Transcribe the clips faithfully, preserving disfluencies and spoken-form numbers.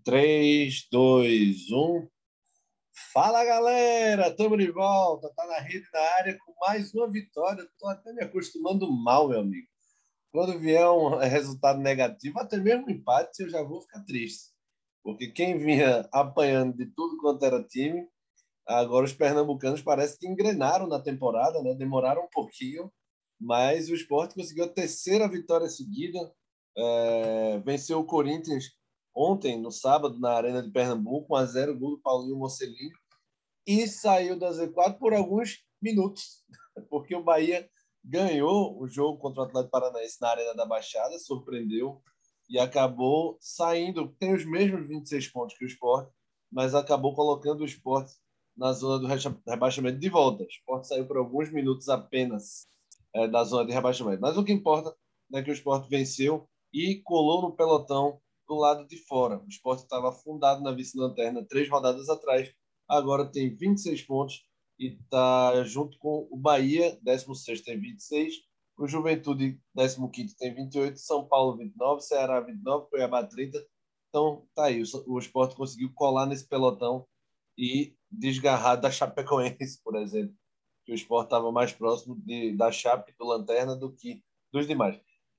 três, dois, um. Fala, galera! Estamos de volta. Tá na rede, na área, com mais uma vitória. Estou até me acostumando mal, meu amigo. Quando vier um resultado negativo, até mesmo um empate, eu já vou ficar triste. Porque quem vinha apanhando de tudo quanto era time, agora os pernambucanos parece que engrenaram na temporada, né? Demoraram um pouquinho, mas o Sport conseguiu a terceira vitória seguida. É, venceu o Corinthians ontem, no sábado, na Arena de Pernambuco, um a zero, gol do Paulinho Mocelin, e saiu da Z quatro por alguns minutos, porque o Bahia ganhou o jogo contra o Atlético Paranaense na Arena da Baixada, surpreendeu, e acabou saindo, tem os mesmos vinte e seis pontos que o Sport, mas acabou colocando o Sport na zona do rebaixamento de volta. O Sport saiu por alguns minutos apenas é, da zona de rebaixamento. Mas o que importa é que o Sport venceu e colou no pelotão do lado de fora. O Sport estava afundado na vice-lanterna três rodadas atrás, agora tem vinte e seis pontos e está junto com o Bahia, décimo sexto tem vinte e seis, o Juventude, décimo quinto tem vinte e oito, São Paulo vinte e nove, Ceará vinte e nove, Cuiabá trinta. Então, tá aí, o Sport conseguiu colar nesse pelotão e desgarrar da Chapecoense, por exemplo, que o Sport estava mais próximo de, da Chape, do Lanterna, do que dos demais.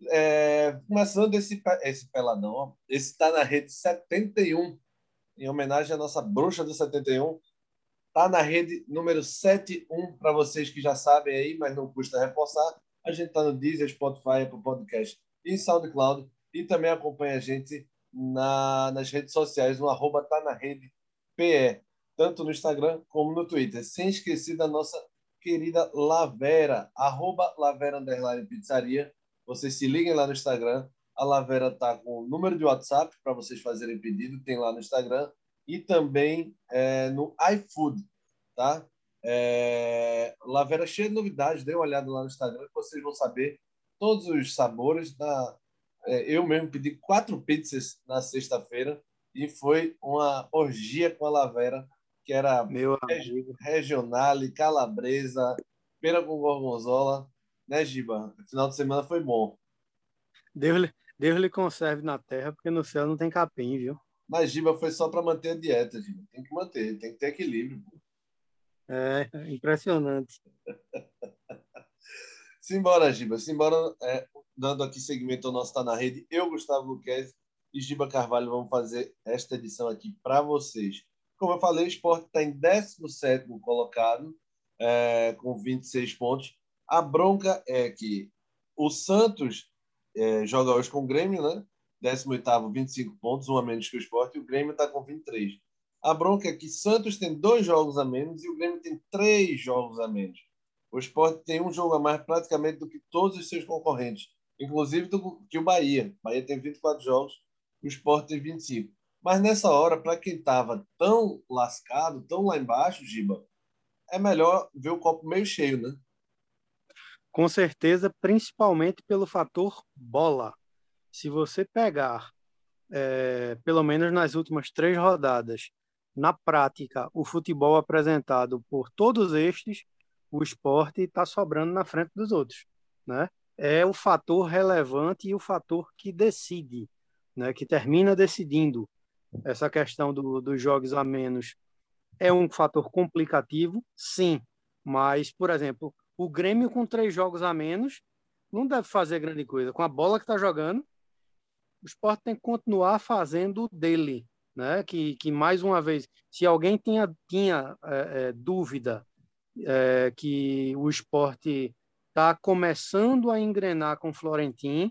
É, começando esse, esse peladão, ó, esse está na rede setenta e um, em homenagem à nossa bruxa do setenta e um. Está na rede número setenta e um, para vocês que já sabem aí, mas não custa reforçar. A gente está no Deezer, Spotify, Apple Podcast e SoundCloud. E também acompanha a gente na, nas redes sociais, no arroba tá na rede P E, tanto no Instagram como no Twitter. Sem esquecer da nossa querida Lavera, arroba Lavera Underline Pizzaria. Vocês se liguem lá no Instagram. A Lavera está com o número de WhatsApp para vocês fazerem pedido, tem lá no Instagram. E também é, no iFood, tá? É, Lavera cheia de novidades, dê uma olhada lá no Instagram que vocês vão saber todos os sabores. Da, é, eu mesmo pedi quatro pizzas na sexta-feira e foi uma orgia com a Lavera, que era Meu reg, amigo. regionale, calabresa, pera com gorgonzola, né, Giba? O final de semana foi bom. Deus, lhe- Deus lhe conserve na terra, porque no céu não tem capim, viu? Mas Giba foi só para manter a dieta, Giba. Tem que manter, tem que ter equilíbrio. É impressionante. Simbora, Giba. Simbora, é, dando aqui segmento ao nosso Tá na Rede. Eu, Gustavo Luquez e Giba Carvalho vamos fazer esta edição aqui para vocês. Como eu falei, o Sport está em décimo sétimo colocado, é, com vinte e seis pontos. A bronca é que o Santos é, joga hoje com o Grêmio, né? décimo oitavo, vinte e cinco pontos, um a menos que o Sport, e o Grêmio está com vinte e três. A bronca é que Santos tem dois jogos a menos e o Grêmio tem três jogos a menos. O Sport tem um jogo a mais praticamente do que todos os seus concorrentes, inclusive do que o Bahia. O Bahia tem vinte e quatro jogos, o Sport tem vinte e cinco. Mas nessa hora, para quem estava tão lascado, tão lá embaixo, Giba, é melhor ver o copo meio cheio, né? Com certeza, principalmente pelo fator bola. Se você pegar, é, pelo menos nas últimas três rodadas, na prática, o futebol apresentado por todos estes, o esporte está sobrando na frente dos outros, né? É o fator relevante e o fator que decide, né? Que termina decidindo. Essa questão do, dos jogos a menos é um fator complicativo, sim, mas, por exemplo, o Grêmio com três jogos a menos não deve fazer grande coisa. Com a bola que está jogando, o Sport tem que continuar fazendo o dele, né? Que, que mais uma vez, se alguém tinha, tinha é, é, dúvida é, que o Sport está começando a engrenar com o Florentino,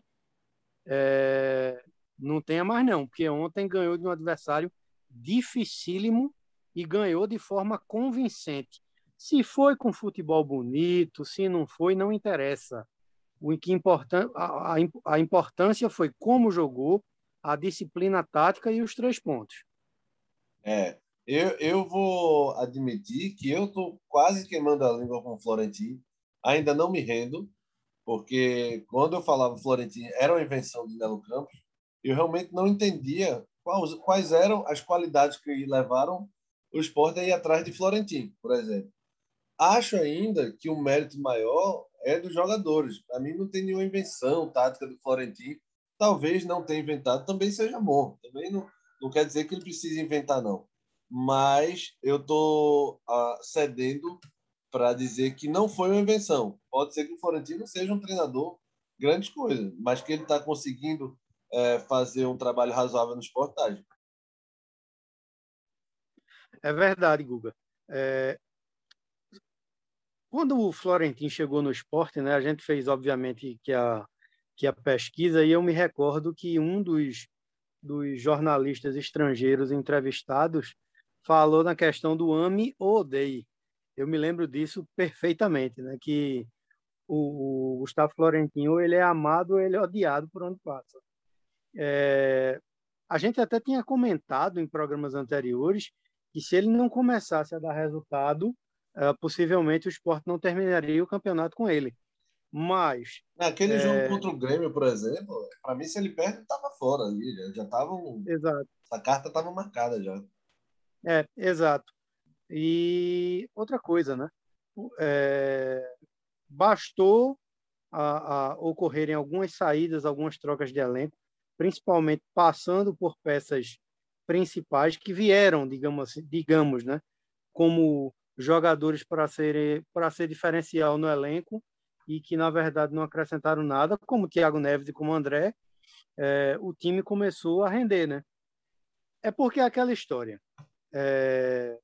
é, não tenha mais não, porque ontem ganhou de um adversário dificílimo e ganhou de forma convincente. Se foi com futebol bonito, se não foi, não interessa. O que importan a, a, a importância foi como jogou, a disciplina tática e os três pontos. É, eu, eu vou admitir que eu estou quase queimando a língua com o Florentino. Ainda não me rendo, porque quando eu falava Florentino era uma invenção de Nelo Campos, eu realmente não entendia quais, quais eram as qualidades que levaram o Sport a ir atrás de Florentino, por exemplo. Acho ainda que o mérito maior é dos jogadores. Para mim, não tem nenhuma invenção tática do Florentino. Talvez não tenha inventado, também seja bom. Também não, Não quer dizer que ele precise inventar, não. Mas eu estou uh, cedendo para dizer que não foi uma invenção. Pode ser que o Florentino seja um treinador grandes coisas, mas que ele está conseguindo é, fazer um trabalho razoável no Sport. É verdade, Guga. É... Quando o Florentino chegou no Sport, né, a gente fez, obviamente, que a, que a pesquisa, e eu me recordo que um dos, dos jornalistas estrangeiros entrevistados falou na questão do ame ou odeie. Eu me lembro disso perfeitamente, né, que o, o Gustavo Florentino ele é amado ou ele é odiado por onde passa. É, a gente até tinha comentado em programas anteriores que se ele não começasse a dar resultado, uh, possivelmente o Sport não terminaria o campeonato com ele. Mas... Naquele é... jogo contra o Grêmio, por exemplo, para mim, se ele perde, ele estava fora ali. Já estava... Um... Exato. Essa carta estava marcada já. É, exato. E outra coisa, né? É... Bastou a, a ocorrerem algumas saídas, algumas trocas de elenco, principalmente passando por peças principais que vieram, digamos assim, digamos, né, como jogadores para ser para ser diferencial no elenco e que na verdade não acrescentaram nada, como Thiago Neves e como André, é, o time começou a render, né? É porque é aquela história. É...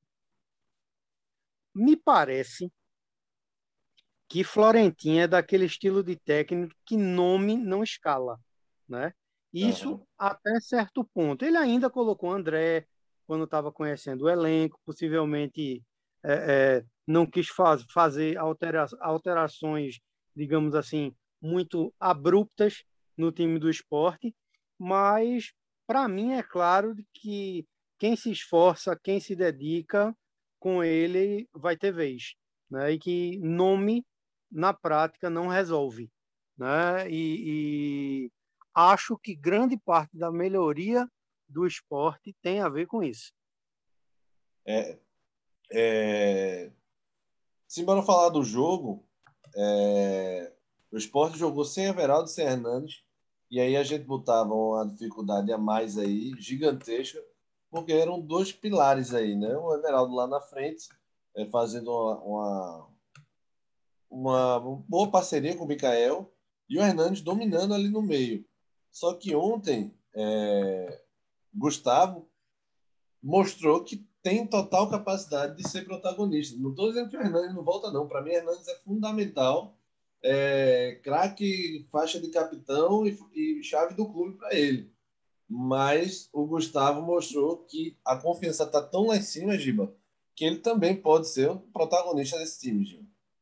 Me parece que Florentino é daquele estilo de técnico que nome não escala, né? Isso Uhum. até certo ponto. Ele ainda colocou André quando estava conhecendo o elenco, possivelmente é, é, não quis faz, fazer altera, alterações, digamos assim, muito abruptas no time do esporte, mas para mim é claro que quem se esforça, quem se dedica com ele vai ter vez, né? E que nome na prática não resolve, né? E, e acho que grande parte da melhoria do esporte tem a ver com isso. É, é... Se bora falar do jogo, é... o Sport jogou sem Everaldo e sem Hernandes, e aí a gente botava uma dificuldade a mais aí, gigantesca, porque eram dois pilares aí, né? O Everaldo lá na frente, é, fazendo uma, uma, uma boa parceria com o Mikael, e o Hernandes dominando ali no meio. Só que ontem, é, Gustavo mostrou que tem total capacidade de ser protagonista. Não estou dizendo que o Hernandes não volta, não. Para mim, o Hernandes é fundamental. É, craque, faixa de capitão e, e chave do clube para ele. Mas o Gustavo mostrou que a confiança está tão lá em cima, Giba, que ele também pode ser o protagonista desse time, Giba.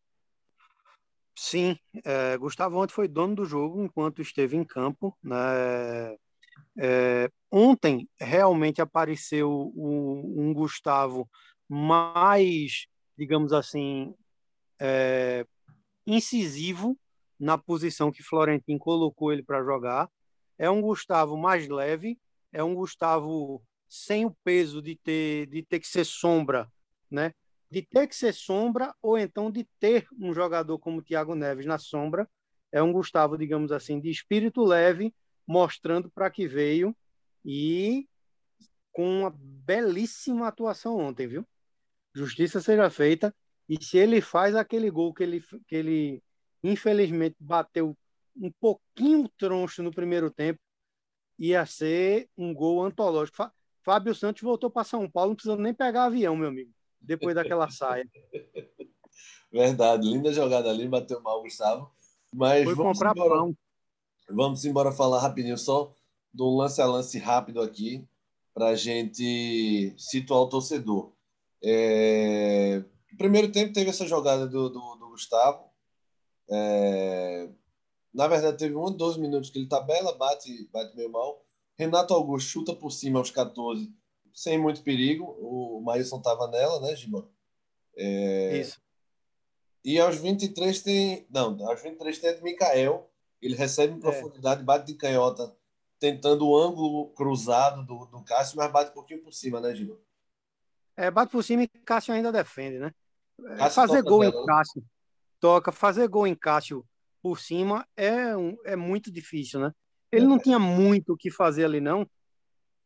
Sim, é, Gustavo ontem foi dono do jogo enquanto esteve em campo, né? É, ontem realmente apareceu um, um Gustavo mais, digamos assim, é, incisivo na posição que Florentino colocou ele para jogar. É um Gustavo mais leve, é um Gustavo sem o peso de ter, de ter que ser sombra, né? De ter que ser sombra ou então de ter um jogador como o Thiago Neves na sombra. É um Gustavo, digamos assim, de espírito leve, mostrando para que veio e com uma belíssima atuação ontem, viu? Justiça seja feita. E se ele faz aquele gol que ele, que ele infelizmente bateu um pouquinho troncho no primeiro tempo, ia ser um gol antológico. Fábio Santos voltou para São Paulo, não precisou nem pegar avião, meu amigo, depois daquela saia. Verdade, linda jogada ali, bateu mal o Gustavo. Mas Foi vamos comprar embora. pão. Vamos embora falar rapidinho só do lance a lance rápido aqui para a gente situar o torcedor. É... No primeiro tempo teve essa jogada do, do, do Gustavo. É... Na verdade, teve um, doze minutos que ele tabela, bate, bate meio mal. Renato Augusto chuta por cima aos catorze, sem muito perigo. O Maílson estava nela, né, Giba? Isso. E aos vinte e três tem. Não, aos vinte e três tem o Mikael. Ele recebe em É. profundidade, bate de canhota, tentando o ângulo cruzado do, do Cássio, mas bate um pouquinho por cima, né, Giba? É, bate por cima e Cássio ainda defende, né? É, Cássio fazer toca gol em nela, né? Cássio, toca, fazer gol em Cássio por cima é, um, é muito difícil, né? Ele não tinha muito o que fazer ali, não.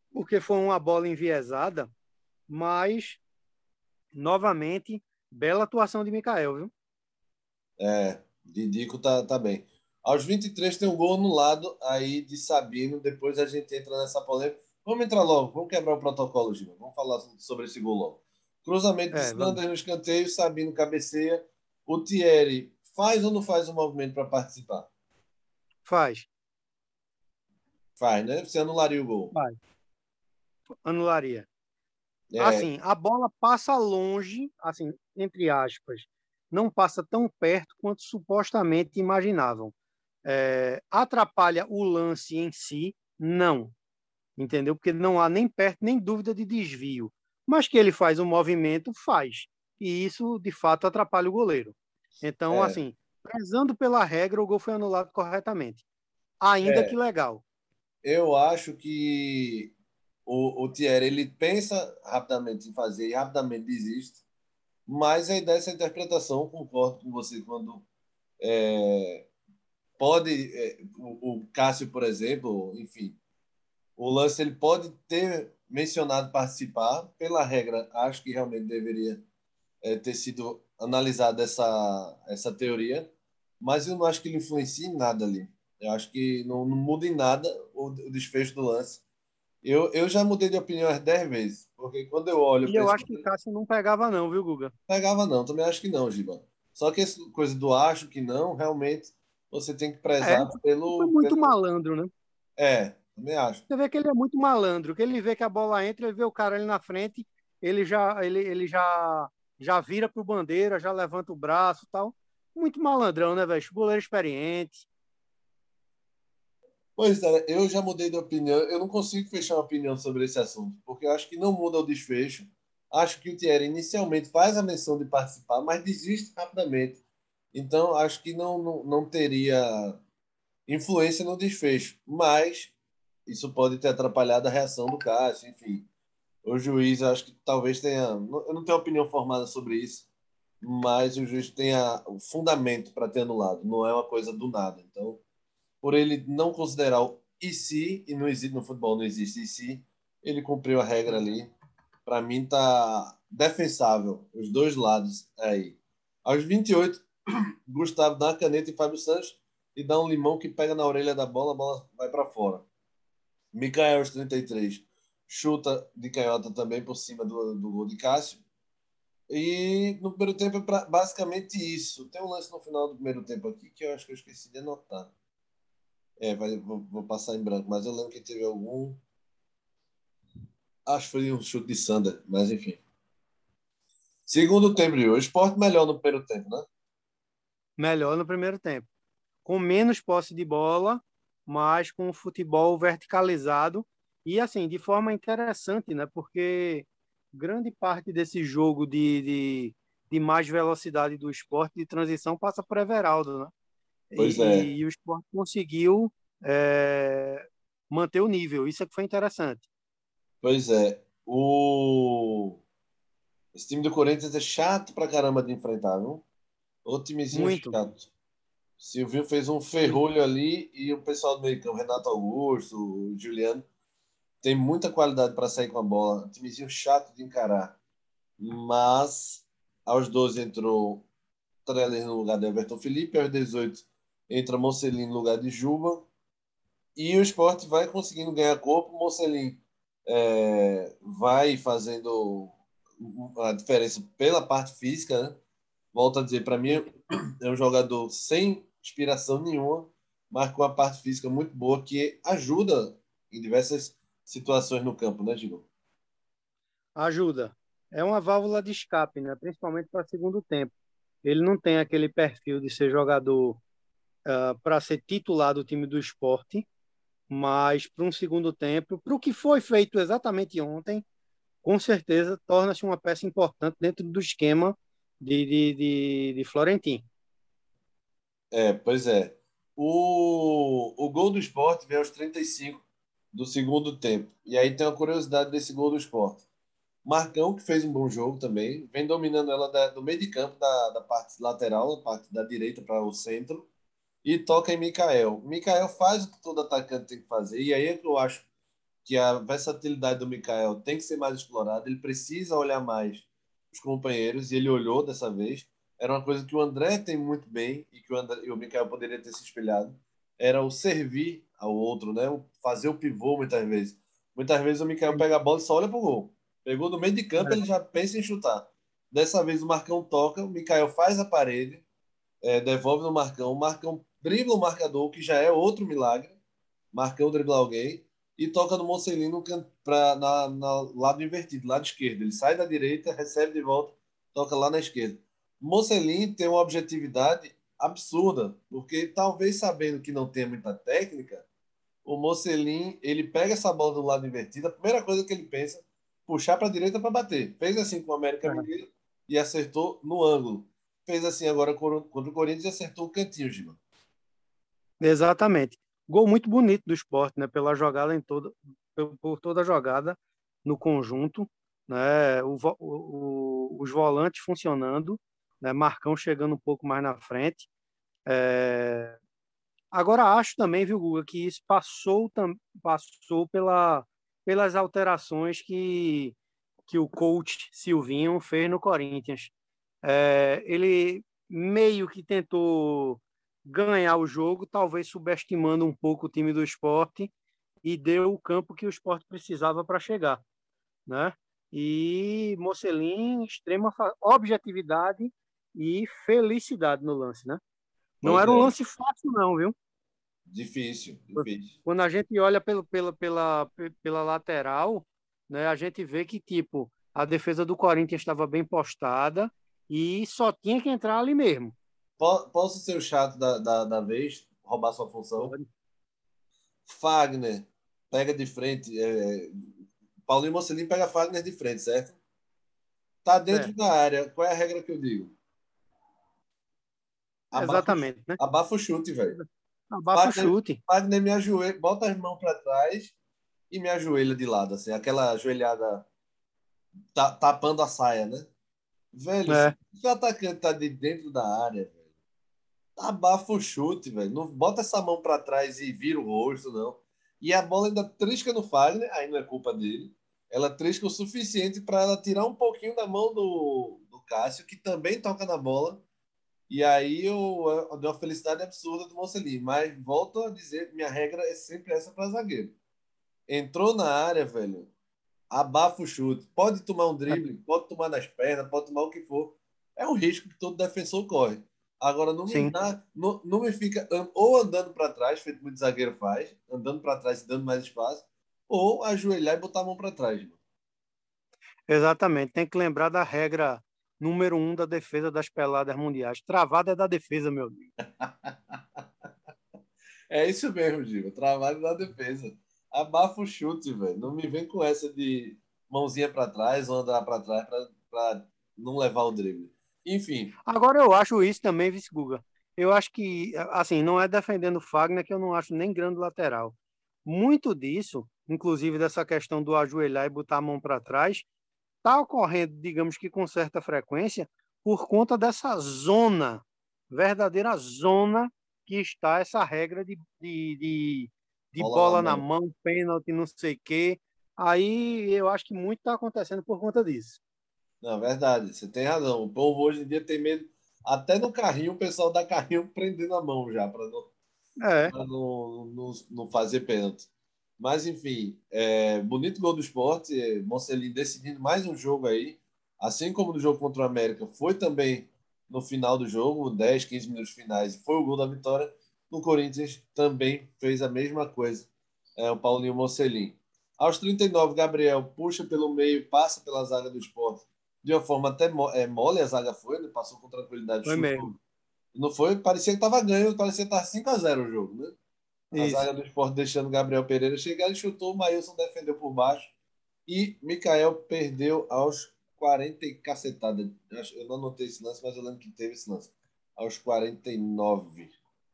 porque foi uma bola enviesada, mas, novamente, bela atuação de Mikael, viu? É, Didico tá, tá bem. Aos vinte e três tem um gol anulado aí de Sabino. Depois a gente entra nessa polêmica. Vamos entrar logo, vamos quebrar o protocolo, Gil. Vamos falar sobre esse gol logo. Cruzamento de É, vamos. Sanders no escanteio, Sabino cabeceia. O Thierry faz ou não faz o movimento para participar? Faz, Faz, né? Você anularia o gol. faz. Anularia. É, Assim, a bola passa longe, assim, entre aspas, não passa tão perto quanto supostamente imaginavam. É, atrapalha o lance em si? Não, entendeu? Porque não há nem perto nem dúvida de desvio. Mas que ele faz um movimento, faz. E isso, de fato, atrapalha o goleiro. Então, é, assim, prezando pela regra, o gol foi anulado corretamente. Ainda que é. legal. Eu acho que o, o Thierry ele pensa rapidamente em fazer e rapidamente desiste. Mas aí dessa interpretação, concordo com você quando é, pode é, o, o Cássio, por exemplo, enfim, o lance ele pode ter mencionado participar pela regra. Acho que realmente deveria é, ter sido analisada essa essa teoria, mas eu não acho que ele influencia em nada ali. Eu acho que não, não muda em nada o, o desfecho do lance. Eu, eu já mudei de opinião as dez vezes, porque quando eu olho E para eu esse. acho que Cássio não pegava, não, viu, Guga? Pegava não, também acho que não, Giba. Só que essa coisa do acho que não, realmente você tem que É, prezar foi pelo, muito pelo... malandro, né? É, também acho. Você vê que ele é muito malandro, que ele vê que a bola entra, ele vê o cara ali na frente, ele já, ele, ele já, já vira pro bandeira, já levanta o braço e tal. Muito malandrão, né, velho? Goleiro experiente. Pois é, eu já mudei de opinião. Eu não consigo fechar uma opinião sobre esse assunto, porque eu acho que não muda o desfecho. Acho que o Thierry inicialmente faz a menção de participar, mas desiste rapidamente. Então, acho que não, não, não teria influência no desfecho. Mas isso pode ter atrapalhado a reação do Cássio, enfim. O juiz, acho que talvez tenha. Eu não tenho opinião formada sobre isso, mas o juiz tenha o fundamento para ter anulado. Não é uma coisa do nada. Então, por ele não considerar o e se, e não existe no futebol, não existe e se, ele cumpriu a regra ali. Para mim, tá defensável, os dois lados aí. Aos vinte e oito, Gustavo dá uma caneta em Fábio Santos e dá um limão que pega na orelha da bola, a bola vai para fora. Mikael, aos trinta e três, chuta de canhota também por cima do, do gol de Cássio. E no primeiro tempo é pra, basicamente isso. Tem um lance no final do primeiro tempo aqui que eu acho que eu esqueci de anotar. É, vai, vou, vou passar em branco, mas eu lembro que teve algum. Acho que foi um chute de Sander, mas enfim. Segundo tempo, o esporte melhor no primeiro tempo, né? Melhor no primeiro tempo. Com menos posse de bola, mas com o futebol verticalizado e assim, de forma interessante, né? Porque grande parte desse jogo de, de, de mais velocidade do esporte de transição passa por Everaldo, né? Pois E, é, e, e o esporte conseguiu é, manter o nível. Isso é que foi interessante. pois é. O... Esse time do Corinthians é chato pra caramba de enfrentar, viu? O timezinho Muito, chato. Silvinho fez um muito. ferrolho ali e o pessoal do meio campo, Renato Augusto, o Juliano, tem muita qualidade para sair com a bola. Um timezinho chato de encarar. Mas aos doze entrou Trellis no lugar de Everton Felipe, aos dezoito entra Mocelin no lugar de Juba. E o esporte vai conseguindo ganhar corpo. O Mocelin é, vai fazendo a diferença pela parte física, né? Volto a dizer, para mim é um jogador sem inspiração nenhuma, mas com a parte física muito boa que ajuda em diversas situações no campo, né, Gil? Ajuda. É uma válvula de escape, né? Principalmente para segundo tempo. Ele não tem aquele perfil de ser jogador uh, para ser titular do time do esporte, mas para um segundo tempo, para o que foi feito exatamente ontem, com certeza torna-se uma peça importante dentro do esquema de, de, de, de Florentino. É, pois é. O, o gol do esporte vem aos trinta e cinco do segundo tempo. E aí tem uma curiosidade desse gol do esporte. Marcão, que fez um bom jogo também, vem dominando ela da- do meio de campo, da, da parte lateral, da parte da direita para o centro, e toca em Mikael. Mikael faz o que todo atacante tem que fazer, e aí é que eu acho que a versatilidade do Mikael tem que ser mais explorada, ele precisa olhar mais os companheiros, e ele olhou dessa vez. Era uma coisa que o André tem muito bem e que o, André, e o Mikael poderia ter se espelhado, era o servir ao outro, né? O fazer o pivô muitas vezes. Muitas vezes o Mikael pega a bola e só olha pro gol. Pegou no meio de campo, ele já pensa em chutar. Dessa vez o Marcão toca, o Mikael faz a parede, é, devolve no Marcão, o Marcão dribla o marcador, que já é outro milagre. Marcão dribla alguém e toca no Mocelino pra, na, na lado invertido, lado esquerdo. Ele sai da direita, recebe de volta, toca lá na esquerda. Mocelin tem uma objetividade absurda, porque talvez sabendo que não tem muita técnica, o Mocelin, ele pega essa bola do lado invertido, a primeira coisa que ele pensa, puxar para a direita para bater. Fez assim com o América Mineiro e acertou no ângulo. Fez assim agora contra o Corinthians e acertou o cantinho, Gima. Exatamente. Gol muito bonito do Sport, né? Pela jogada em toda, por toda a jogada no conjunto, né? O, o, os volantes funcionando, né? Marcão chegando um pouco mais na frente. É... Agora acho também, viu, Guga, que isso passou, passou pela, pelas alterações que, que o coach Silvinho fez no Corinthians. É, ele meio que tentou ganhar o jogo, talvez subestimando um pouco o time do Sport, e deu o campo que o Sport precisava para chegar, né? E Mocelin, extrema objetividade e felicidade no lance, né? Não Pois era um é. lance fácil não, viu? Difícil, difícil. Quando a gente olha pelo, pela, pela, pela lateral, né, a gente vê que, tipo, a defesa do Corinthians estava bem postada e só tinha que entrar ali mesmo. Posso ser o chato da, da, da vez? Roubar sua função? Pode. Fagner pega de frente. É... Paulinho Mocelin pega Fagner de frente, certo? Tá dentro Certo. da área. Qual é a regra que eu digo? Abafa, Exatamente, né? abafa o chute, velho. Abafa o Fagner, chute. Fagner me ajoelha, bota as mãos para trás e me ajoelha de lado, assim, aquela ajoelhada ta- tapando a saia, né? Velho, se É, o atacante tá de dentro da área, velho, abafa o chute, velho. Não bota essa mão para trás e vira o rosto, não. E a bola ainda trisca no Fagner, aí não é culpa dele. Ela trisca o suficiente para ela tirar um pouquinho da mão do, do Cássio, que também toca na bola. E aí eu, eu dei uma felicidade absurda do Mocelin. Mas volto a dizer, minha regra é sempre essa para zagueiro. Entrou na área, velho, abafa o chute. Pode tomar um é, drible, pode tomar nas pernas, pode tomar o que for. É um risco que todo defensor corre. Agora, não me sim, dá, não, não me fica ou andando para trás, feito muito zagueiro faz, andando para trás e dando mais espaço, ou ajoelhar e botar a mão para trás. Mano. exatamente. Tem que lembrar da regra número um da defesa das peladas mundiais. Travada é da defesa, meu amigo. É isso mesmo, Giba. Trabalho na defesa. Abafa o chute, velho. Não me vem com essa de mãozinha para trás ou andar para trás para não levar o drible. Enfim, Agora eu acho isso também, vice Guga. Eu acho que, assim, não é defendendo o Fagner que eu não acho nem grande lateral. Muito disso, inclusive dessa questão do ajoelhar e botar a mão para trás, está ocorrendo, digamos que com certa frequência, por conta dessa zona, verdadeira zona que está essa regra de, de, de, de bola na bola na mão. mão, pênalti, não sei o quê. Aí eu acho que muito está acontecendo por conta disso. Não, é verdade. Você tem razão. O povo hoje em dia tem medo. Até no carrinho, o pessoal dá carrinho prendendo a mão já, para não, É, pra não, não, não fazer pênalti. Mas, enfim, é, bonito gol do esporte. É, Mocelin decidindo mais um jogo aí. Assim como no jogo contra o América, foi também no final do jogo, dez, quinze minutos finais, e foi o gol da vitória. No Corinthians também fez a mesma coisa, é, o Paulinho Mocelin. Aos trinta e nove, Gabriel puxa pelo meio, passa pela zaga do esporte. De uma forma até mo é, mole, a zaga foi, né? Passou com tranquilidade, foi chutou. mesmo. Não foi, parecia que estava ganho, parecia que estava cinco a zero o jogo, né? A Isso. zaga do esporte deixando o Gabriel Pereira chegar, ele chutou, o Maílson defendeu por baixo e Mikael perdeu aos quarenta e cacetada. Eu não anotei esse lance, mas eu lembro que teve esse lance. Aos quarenta e nove.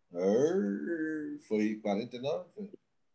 Foi quarenta e nove? Foi,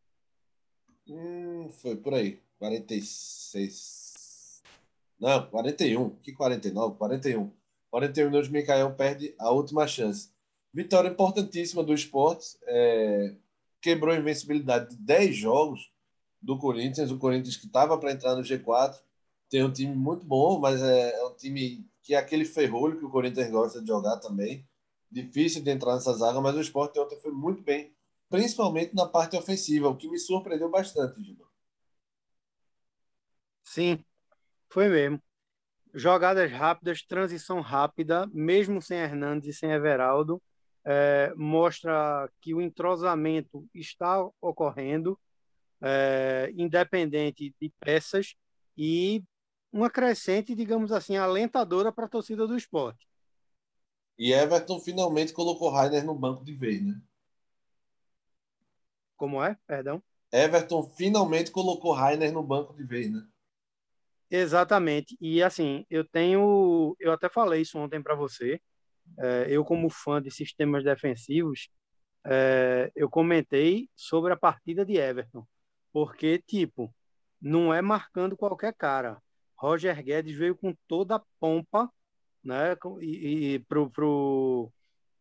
hum, foi por aí. quarenta e seis. Não, quarenta e um. Que quarenta e nove? quarenta e um. quarenta e um minutos, Mikael perde a última chance. Vitória importantíssima do esporte. É... Quebrou a invencibilidade de dez jogos. do Corinthians, o Corinthians que estava para entrar no G quatro, tem um time muito bom, mas é, é um time que é aquele ferrolho que o Corinthians gosta de jogar também. Difícil de entrar nessa zaga, mas o Sport ontem foi muito bem, principalmente na parte ofensiva, o que me surpreendeu bastante, Gilberto. Sim, foi mesmo. Jogadas rápidas, transição rápida, mesmo sem Hernandes e sem Everaldo, é, mostra que o entrosamento está ocorrendo, é, independente de peças, e uma crescente, digamos assim, alentadora para a torcida do esporte. E Everton finalmente colocou Rainer no banco de vez, né? Como é? Perdão. Everton finalmente colocou Rainer no banco de vez, né? Exatamente. E assim, eu tenho, eu até falei isso ontem para você. É, eu como fã de sistemas defensivos, é, eu comentei sobre a partida de Everton, porque tipo, não é marcando qualquer cara. Roger Guedes veio com toda a pompa, né, com- e, e pro pro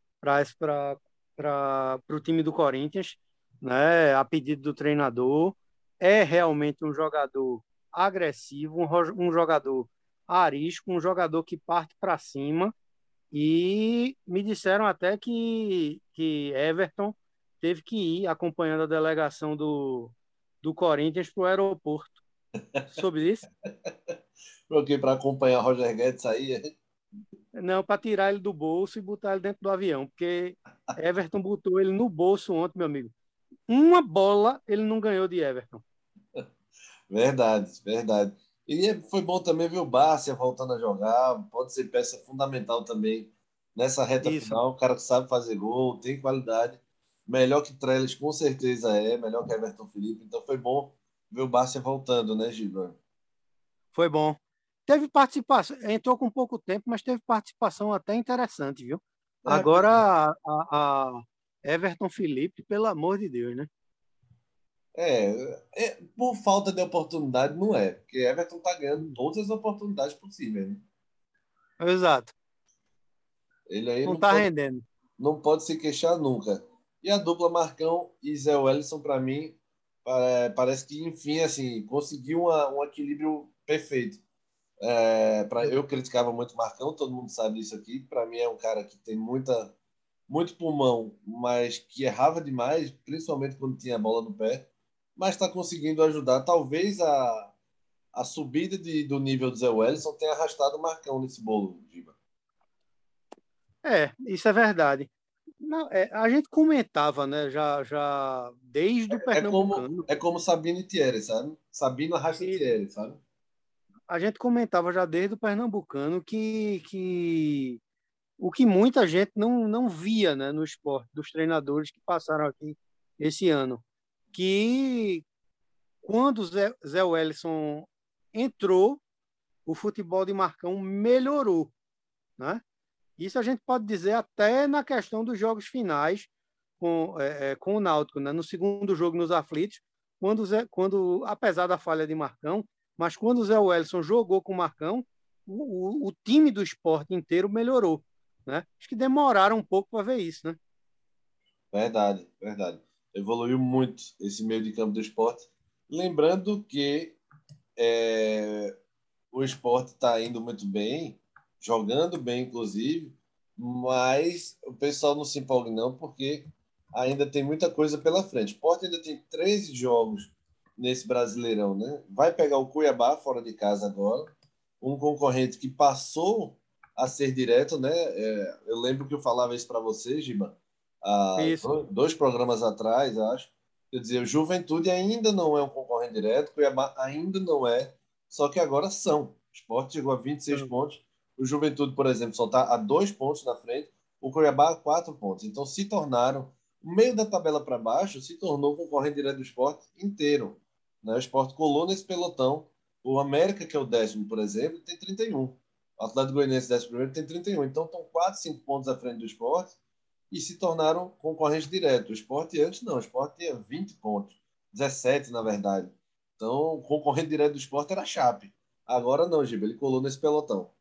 para o time do Corinthians, né, a pedido do treinador. É realmente um jogador agressivo, um, ro- um jogador arisco, um jogador que parte para cima. E me disseram até que, que Everton teve que ir acompanhando a delegação do, do Corinthians para o aeroporto. Sobre isso? Porque para acompanhar Roger Guedes aí, Não, para tirar ele do bolso e botar ele dentro do avião, porque Everton botou ele no bolso ontem, meu amigo. Uma bola ele não ganhou de Everton. verdade, verdade. E é- foi bom também ver o Bárcia voltando a jogar, pode ser peça fundamental também nessa reta Isso, final. O cara que sabe fazer gol, tem qualidade, melhor que Trellis com certeza é, melhor que Everton Felipe. Então foi bom ver o Bárcia voltando, né, Gilberto? foi bom. Teve participação, entrou com pouco tempo, mas teve participação até interessante, viu? É, pois Agora, a, a Everton Felipe, pelo amor de Deus, né? é, é, por falta de oportunidade, não é, porque Everton tá ganhando todas as oportunidades possíveis, né? Exato. Ele aí Não não tá pode, rendendo. não pode se queixar nunca. E a dupla Marcão e Zé Wellison, para mim, pa- parece que, enfim, assim, conseguiu uma- um equilíbrio perfeito. É, pra, eu criticava muito o Marcão, todo mundo sabe disso aqui. Para mim, é um cara que tem muita, muito pulmão, mas que errava demais, principalmente quando tinha a bola no pé. Mas está conseguindo ajudar. Talvez a, a subida de, do nível do Zé Wellison tenha arrastado o Marcão nesse bolo, Giba. É, isso é verdade. Não, é, a gente comentava, né, já, já desde o É como, Pernambucano, é como Sabino e Thierry, sabe? Sabino arrasta isso. Thierry, sabe? A gente comentava já desde o Pernambucano que, que o que muita gente não, não via, né, no esporte, dos treinadores que passaram aqui esse ano, que quando o Zé, Zé Wellison entrou, o futebol de Marcão melhorou, né? Isso a gente pode dizer até na questão dos jogos finais com, é, é, com o Náutico, né? No segundo jogo nos aflitos, quando, Zé, quando apesar da falha de Marcão, mas quando o Zé Wellison jogou com o Marcão, o, o, o time do esporte inteiro melhorou, né? Acho que demoraram um pouco para ver isso, né? Verdade, verdade. Evoluiu muito esse meio de campo do esporte. Lembrando que é, o esporte está indo muito bem, jogando bem, inclusive, mas o pessoal não se empolga, não, porque ainda tem muita coisa pela frente. O esporte ainda tem treze jogos nesse Brasileirão, né? Vai pegar o Cuiabá fora de casa agora, um concorrente que passou a ser direto, né? É, eu lembro que eu falava isso para você, Giba, há Isso. dois programas atrás, acho. Quer dizer, o Juventude ainda não é um concorrente direto, Cuiabá ainda não é, só que agora são. O Sport chegou a vinte e seis Então, pontos, o Juventude, por exemplo, só está a dois pontos na frente, o Cuiabá a quatro pontos. Então se tornaram, o meio da tabela para baixo, se tornou concorrente direto do Sport inteiro. Né? O Sport colou nesse pelotão. O América, que é o décimo, por exemplo, tem trinta e um. O Atlético Goianiense, décimo primeiro, tem trinta e um. Então estão quatro, cinco pontos à frente do Sport e se tornaram concorrentes diretos. O Sport antes não, o Sport tinha vinte pontos, dezessete na verdade. Então, o concorrente direto do Sport era a Chape. Agora não, Giba, ele colou nesse pelotão.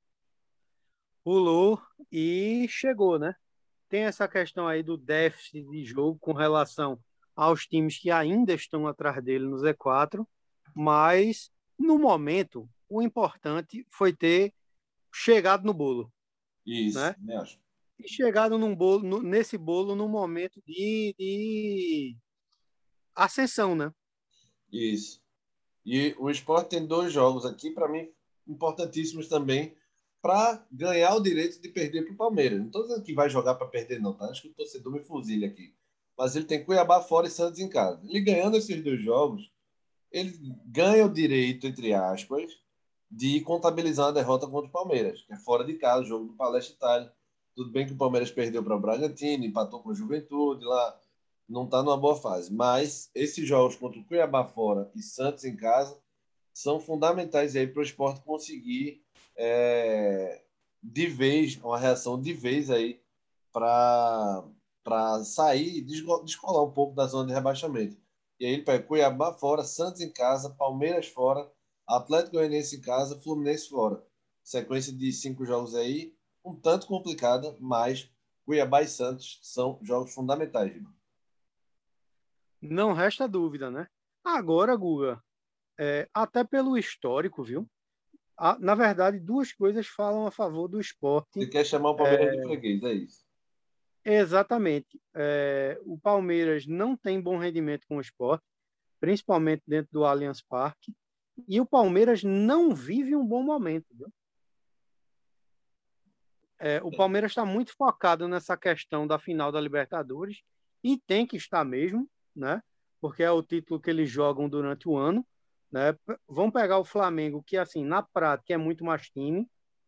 pulou e chegou, né? Tem essa questão aí do déficit de jogo com relação aos times que ainda estão atrás dele no Z quatro, mas, no momento, o importante foi ter chegado no bolo, Isso, né? me acho. E chegado num bolo, no, nesse bolo num momento de, de ascensão, né? Isso. E o Sport tem dois jogos aqui, para mim, importantíssimos também, para ganhar o direito de perder para o Palmeiras. Não estou dizendo que vai jogar para perder, não, tá? Acho que o torcedor me fuzile aqui. Mas ele tem Cuiabá fora e Santos em casa. Ele ganhando esses dois jogos, ele ganha o direito, entre aspas, de contabilizar a derrota contra o Palmeiras, que é fora de casa, o jogo do Palestra Itália. Tudo bem que o Palmeiras perdeu para o Bragantino, empatou com o Juventude lá, não está numa boa fase. Mas esses jogos contra o Cuiabá fora e Santos em casa são fundamentais aí para o esporte conseguir é, de vez, uma reação de vez aí para para sair, descolar um pouco da zona de rebaixamento. E aí ele pega Cuiabá fora, Santos em casa, Palmeiras fora, Atlético Goianiense em casa, Fluminense fora. Sequência de cinco jogos aí, um tanto complicada, mas Cuiabá e Santos são jogos fundamentais, Gil. Não resta dúvida, né? Agora, Guga, é, até pelo histórico, viu? A, na verdade, duas coisas falam a favor do Você esporte. quer chamar o Palmeiras de freguês, é isso. Exatamente. É, o Palmeiras não tem bom rendimento com o esporte, principalmente dentro do Allianz Parque, e o Palmeiras não vive um bom momento, viu? É, o Palmeiras está muito focado nessa questão da final da Libertadores, e tem que estar mesmo, né? Porque é o título que eles jogam durante o ano, né? Vão pegar o Flamengo, que assim, na prática é muito mais time,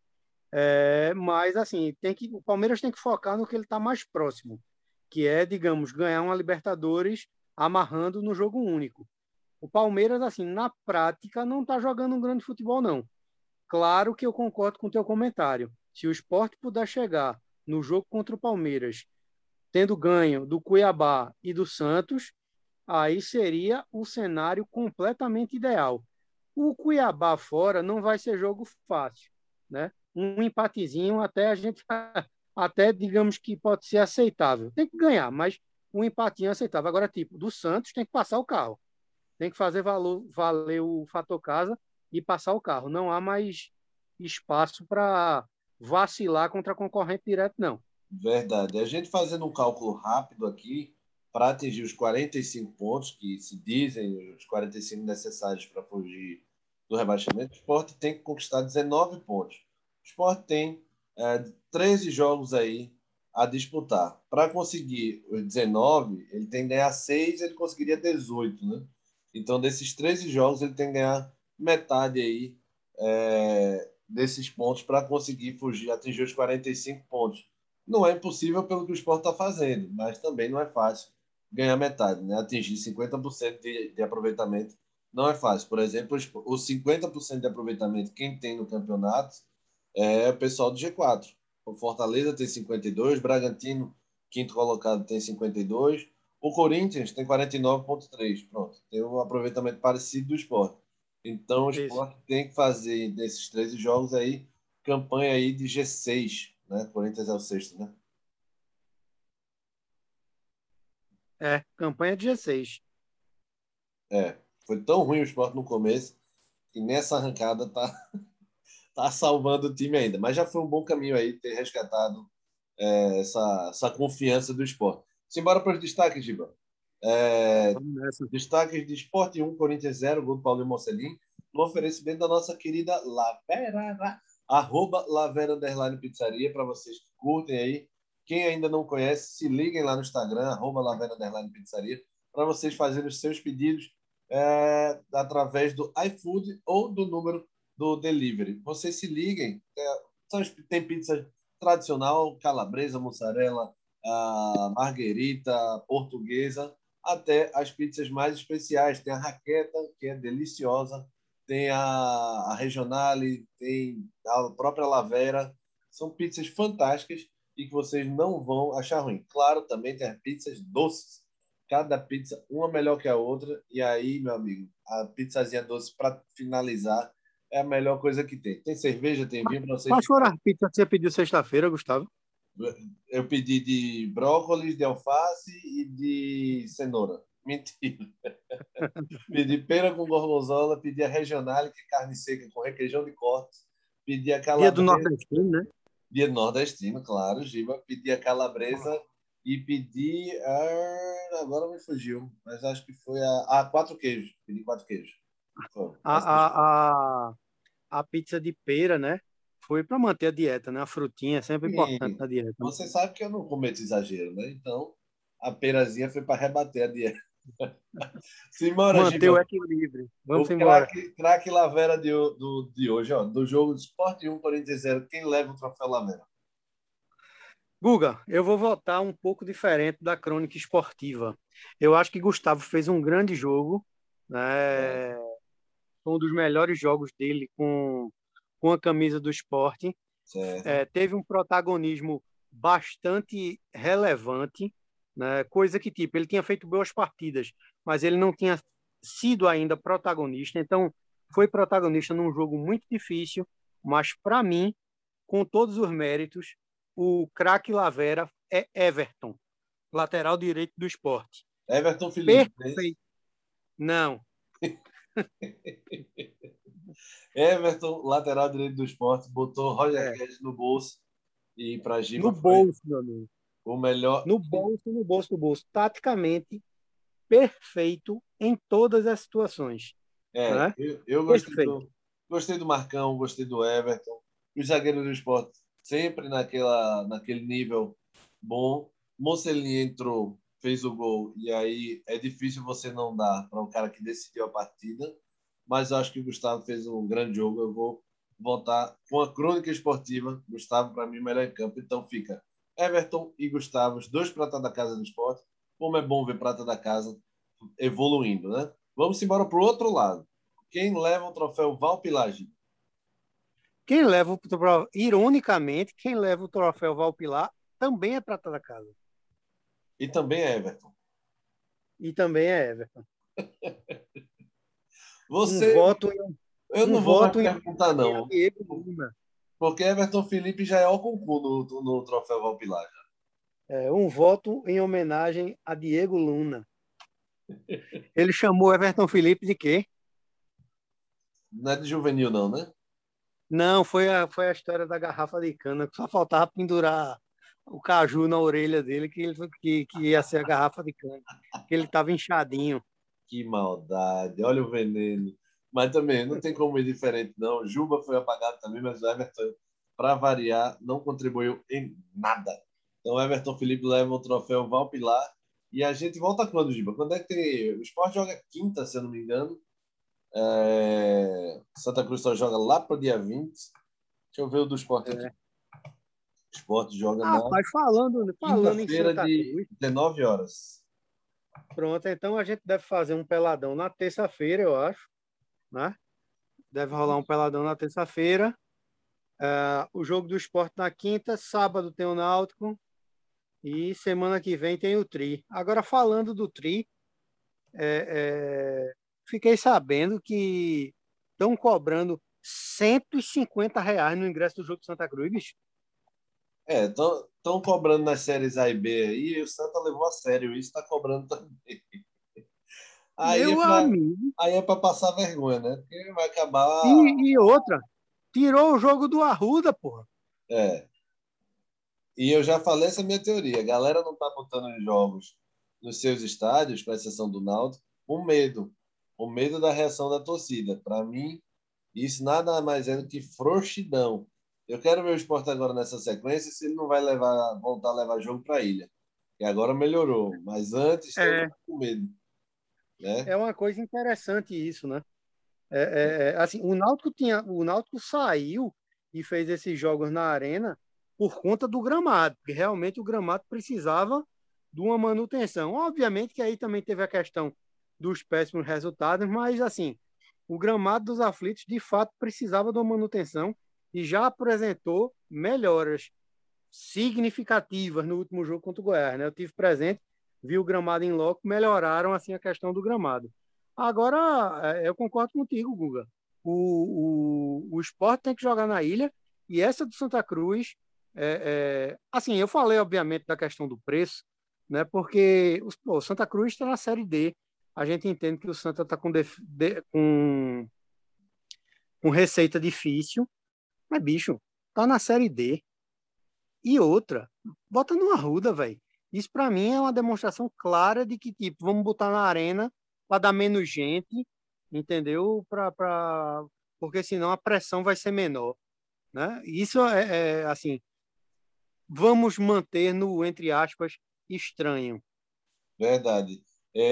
é, mas assim, tem que, o Palmeiras tem que focar no que ele está mais próximo, que é, digamos, ganhar uma Libertadores amarrando no jogo único. O Palmeiras, assim, na prática, não está jogando um grande futebol, não. Claro que eu concordo com o teu comentário. Se o Sport puder chegar no jogo contra o Palmeiras, tendo ganho do Cuiabá e do Santos, aí seria o cenário completamente ideal. O Cuiabá fora não vai ser jogo fácil, né? Um empatezinho até a gente até digamos que pode ser aceitável. Tem que ganhar, mas um empatinho é aceitável. Agora, tipo, do Santos tem que passar o carro. Tem que fazer valor, valer o fator casa e passar o carro. Não há mais espaço para vacilar contra concorrente direto, não. Verdade. A gente fazendo um cálculo rápido aqui, para atingir os quarenta e cinco pontos, que se dizem os quarenta e cinco necessários para fugir do rebaixamento, o Sport tem que conquistar dezenove pontos. O Sport tem é, treze jogos aí a disputar. Para conseguir os dezenove, ele tem que ganhar seis, ele conseguiria dezoito, né? Então, desses treze jogos, ele tem que ganhar metade aí é, desses pontos para conseguir fugir, atingir os quarenta e cinco pontos. Não é impossível pelo que o esporte está fazendo, mas também não é fácil ganhar metade, né? Atingir cinquenta por cento de, de aproveitamento não é fácil. Por exemplo, os cinquenta por cento de aproveitamento quem tem no campeonato é o pessoal do G quatro. O Fortaleza tem cinquenta e dois, Bragantino, quinto colocado, tem cinquenta e dois, o Corinthians tem quarenta e nove vírgula três. Pronto, tem um aproveitamento parecido do esporte. Então, o Isso. esporte tem que fazer nesses treze jogos aí campanha aí de G seis, né? Corinthians é o sexto, né? É, campanha de G seis. É, foi tão ruim o esporte no começo que nessa arrancada tá, tá salvando o time ainda. Mas já foi um bom caminho aí ter resgatado é, essa, essa confiança do esporte. Simbora para os destaques, Giba. É, Vamos nessa. destaques de Esporte um, Corinthians zero, gol do Paulo Mocelin, no oferecimento da nossa querida Lavera, arroba Lavera Underline Pizzaria, para vocês que curtem aí. Quem ainda não conhece, se liguem lá no Instagram, arroba Lavera Underline Pizzaria, para vocês fazerem os seus pedidos é, através do iFood ou do número do delivery. Vocês se liguem, é, tem pizza tradicional, calabresa, mussarela, a marguerita, portuguesa, até as pizzas mais especiais. Tem a raqueta, que é deliciosa, tem a, a regionale, tem a própria lavera. São pizzas fantásticas e que vocês não vão achar ruim. Claro, também tem as pizzas doces. Cada pizza uma melhor que a outra. E aí, meu amigo, a pizzazinha doce para finalizar é a melhor coisa que tem. Tem cerveja, tem vinho para vocês Quais foram ficarem. as pizzas que você pediu sexta-feira, Gustavo? Eu pedi de brócolis, de alface e de cenoura. Mentira. Pedi pera com gorgonzola, pedi a regionale, que é carne seca com requeijão de cortes, pedi a Dia do calabresa, nordestino, né? dia nordestino, claro, Giba, pedi a calabresa e pedi a... agora me fugiu, mas acho que foi a, a quatro queijos, pedi quatro queijos. Foi. A, a, a, a pizza de pera, né? Foi para manter a dieta, né? A frutinha é sempre importante E na dieta, né? você sabe que eu não cometo exagero, né? Então, a perazinha foi para rebater a dieta. Simbora, Manter o Giba. equilíbrio. Vamos O embora. craque, craque Lavera de, ho- do, de hoje, ó, do jogo do Sport um, Corinthians zero. Quem leva o troféu Lavera? Guga, eu vou votar um pouco diferente da crônica esportiva. Eu acho que Gustavo fez um grande jogo, É, né? Foi um dos melhores jogos dele com, com a camisa do esporte. certo. É, teve um protagonismo bastante relevante, né? Coisa que, tipo, ele tinha feito boas partidas, mas ele não tinha sido ainda protagonista. Então, foi protagonista num jogo muito difícil, mas, para mim, com todos os méritos, o craque Lavera é Everton, lateral direito do esporte. Everton Felipe, né? Perfeito. Não, Everton, lateral direito do Sport, botou Roger é. Guedes no bolso e para No Giba foi bolso, meu amigo. o melhor. No bolso, no bolso, no bolso. Taticamente, perfeito em todas as situações, É, né? eu, eu gostei Perfeito. do, gostei do Marcão, gostei do Everton. Os zagueiros do Sport sempre naquela, naquele nível bom. Mocelin entrou, fez o gol, e aí é difícil você não dar para o cara que decidiu a partida. Mas eu acho que o Gustavo fez um grande jogo. Eu vou voltar com a crônica esportiva. Gustavo, para mim, melhor em campo. Então fica Everton e Gustavo, os dois pratas da casa do esporte. Como é bom ver prata da casa evoluindo, né? Vamos embora para o outro lado. Quem leva o troféu Valpilage? Quem leva o troféu, ironicamente, quem leva o troféu Valpilar também é prata da casa. E também é Everton. E também é Everton. Um Você, voto em, eu um não vou mais voto em perguntar, não. Diego Luna. Porque Everton Felipe já é o concurso no, no troféu Valpilage. É, um voto em homenagem a Diego Luna. Ele chamou Everton Felipe de quê? Não é de juvenil, não, né? Não, foi a, foi a história da garrafa de cana, que só faltava pendurar o caju na orelha dele, que, ele, que, que ia ser a garrafa de cana, que ele estava inchadinho. Que maldade. Olha o veneno. Mas também, não tem como ir diferente, não. Juba foi apagado também, mas o Everton, para variar, não contribuiu em nada. Então, o Everton Felipe leva o troféu Valpilar. E a gente volta quando, Giba? Quando é que tem. O Sport joga quinta, se eu não me engano. É... Santa Cruz só joga lá para o dia vinte. Deixa eu ver o do Sport aqui. É. O Sport joga Ah, na rapaz, falando, falando em quinta-feira Santa de Cruz, dezenove horas. pronto, então a gente deve fazer um peladão na terça-feira, eu acho, né? Deve rolar um peladão na terça-feira. Uh, o jogo do esporte na quinta, sábado tem o Náutico e semana que vem tem o Tri. Agora, falando do Tri, é, é, fiquei sabendo que estão cobrando cento e cinquenta reais no ingresso do jogo de Santa Cruz, bicho. É, estão cobrando nas séries A e B aí, e o Santa levou a sério isso, está cobrando também. Aí é Meu para amigo. aí é para passar vergonha, né? Porque vai acabar. E, e outra, tirou o jogo do Arruda, porra. É. E eu já falei essa minha teoria. A galera não está botando os jogos nos seus estádios, com exceção do Náutico, com medo. Com medo da reação da torcida. Para mim, isso nada mais é do que frouxidão. Eu quero ver o esporte agora nessa sequência se ele não vai levar, voltar a levar jogo para a ilha. Que agora melhorou. Mas antes todo É, mundo com medo. Né? é uma coisa interessante isso, né? É, é, é, assim, o Náutico tinha, o Náutico saiu e fez esses jogos na arena por conta do gramado, porque realmente o gramado precisava de uma manutenção. Obviamente que aí também teve a questão dos péssimos resultados, mas assim, o gramado dos aflitos de fato precisava de uma manutenção e já apresentou melhoras significativas no último jogo contra o Goiás, né? Eu tive presente, vi o gramado em loco, melhoraram assim a questão do gramado. Agora, é, eu concordo contigo, Guga. O, o, o Sport tem que jogar na ilha e essa do Santa Cruz, é, é, assim, eu falei obviamente da questão do preço, né? Porque os- pô, o Santa Cruz está na Série D. A gente entende que o Santa está com, def- de- com, com receita difícil, mas, bicho, tá na Série D. E outra, bota no Arruda, velho. Isso para mim é uma demonstração clara de que, tipo, vamos botar na arena para dar menos gente, entendeu? Pra, pra... Porque senão a pressão vai ser menor, né? Isso é, é assim, vamos manter no, entre aspas, estranho. Verdade.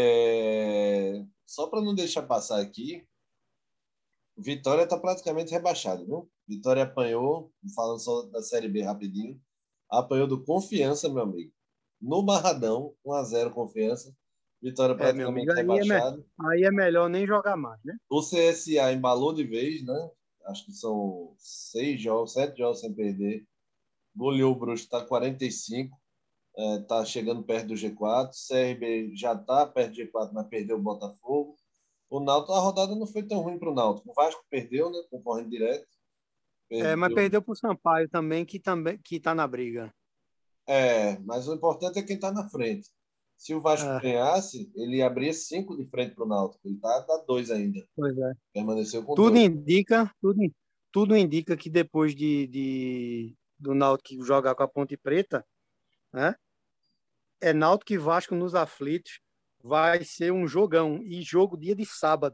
É, Só para não deixar passar aqui, Vitória está praticamente rebaixado, viu? Vitória apanhou, falando só da Série B rapidinho, apanhou do Confiança, meu amigo. No Barradão, um a zero Confiança. Vitória É, meu amigo, praticamente aí é, me... rebaixado. aí é melhor nem jogar mais, né? O C S A embalou de vez, né? Acho que são seis jogos, sete jogos sem perder. Goleou o Bruxo, está quarenta e cinco, está chegando perto do G quatro. C R B já está perto do G quatro, mas perdeu o Botafogo. O Náutico, a rodada não foi tão ruim para o Náutico. O Vasco perdeu, né? Concorrendo direto. É, mas Perdeu. perdeu pro Sampaio também, que também que tá na briga. É, mas o importante é quem está na frente. Se o Vasco É, ganhasse, ele abria cinco de frente para o Náutico. Ele está tá dois ainda. pois é. Permaneceu com Tudo dois. indica, tudo, tudo indica que depois de, de do Náutico jogar com a Ponte Preta, né? É Náutico e Vasco nos aflitos, vai ser um jogão e jogo dia de sábado.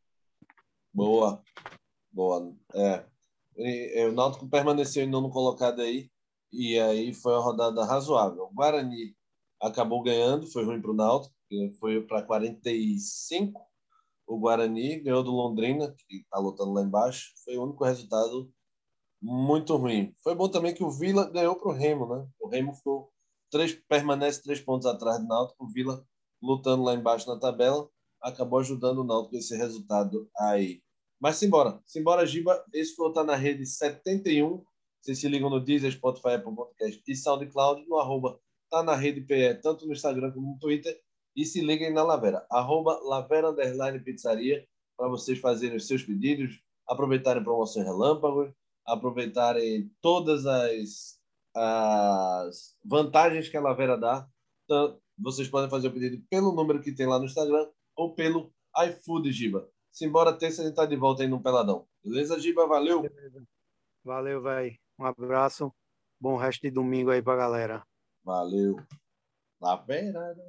Boa, boa. É. E, e o Náutico permaneceu em nono colocado aí. E aí foi uma rodada razoável. O Guarani acabou ganhando, foi ruim para o Náutico, que foi para quarenta e cinco. O Guarani ganhou do Londrina, que está lutando lá embaixo. Foi o único resultado muito ruim. Foi bom também que o Vila ganhou para o Remo, né? O Remo ficou três, permanece três pontos atrás do Náutico. O Vila lutando lá embaixo na tabela acabou ajudando o Náutico com esse resultado aí. Mas simbora, simbora, Giba. Esse foi o Tá na Rede setenta e um. Vocês se ligam no Deezer, Spotify, Apple Podcast e SoundCloud, no arroba Tá na Rede P E, tanto no Instagram como no Twitter. E se liguem na Lavera, arroba Lavera Underline Pizzaria, para vocês fazerem os seus pedidos, aproveitarem promoções relâmpagos, aproveitarem todas as, as vantagens que a Lavera dá. Então, vocês podem fazer o pedido pelo número que tem lá no Instagram ou pelo iFood, Giba. Simbora terça, a gente tá de volta aí no Peladão. Beleza, Giba? Valeu? Beleza. Valeu, velho. Um abraço. Bom resto de domingo aí pra galera. Valeu. Lavera.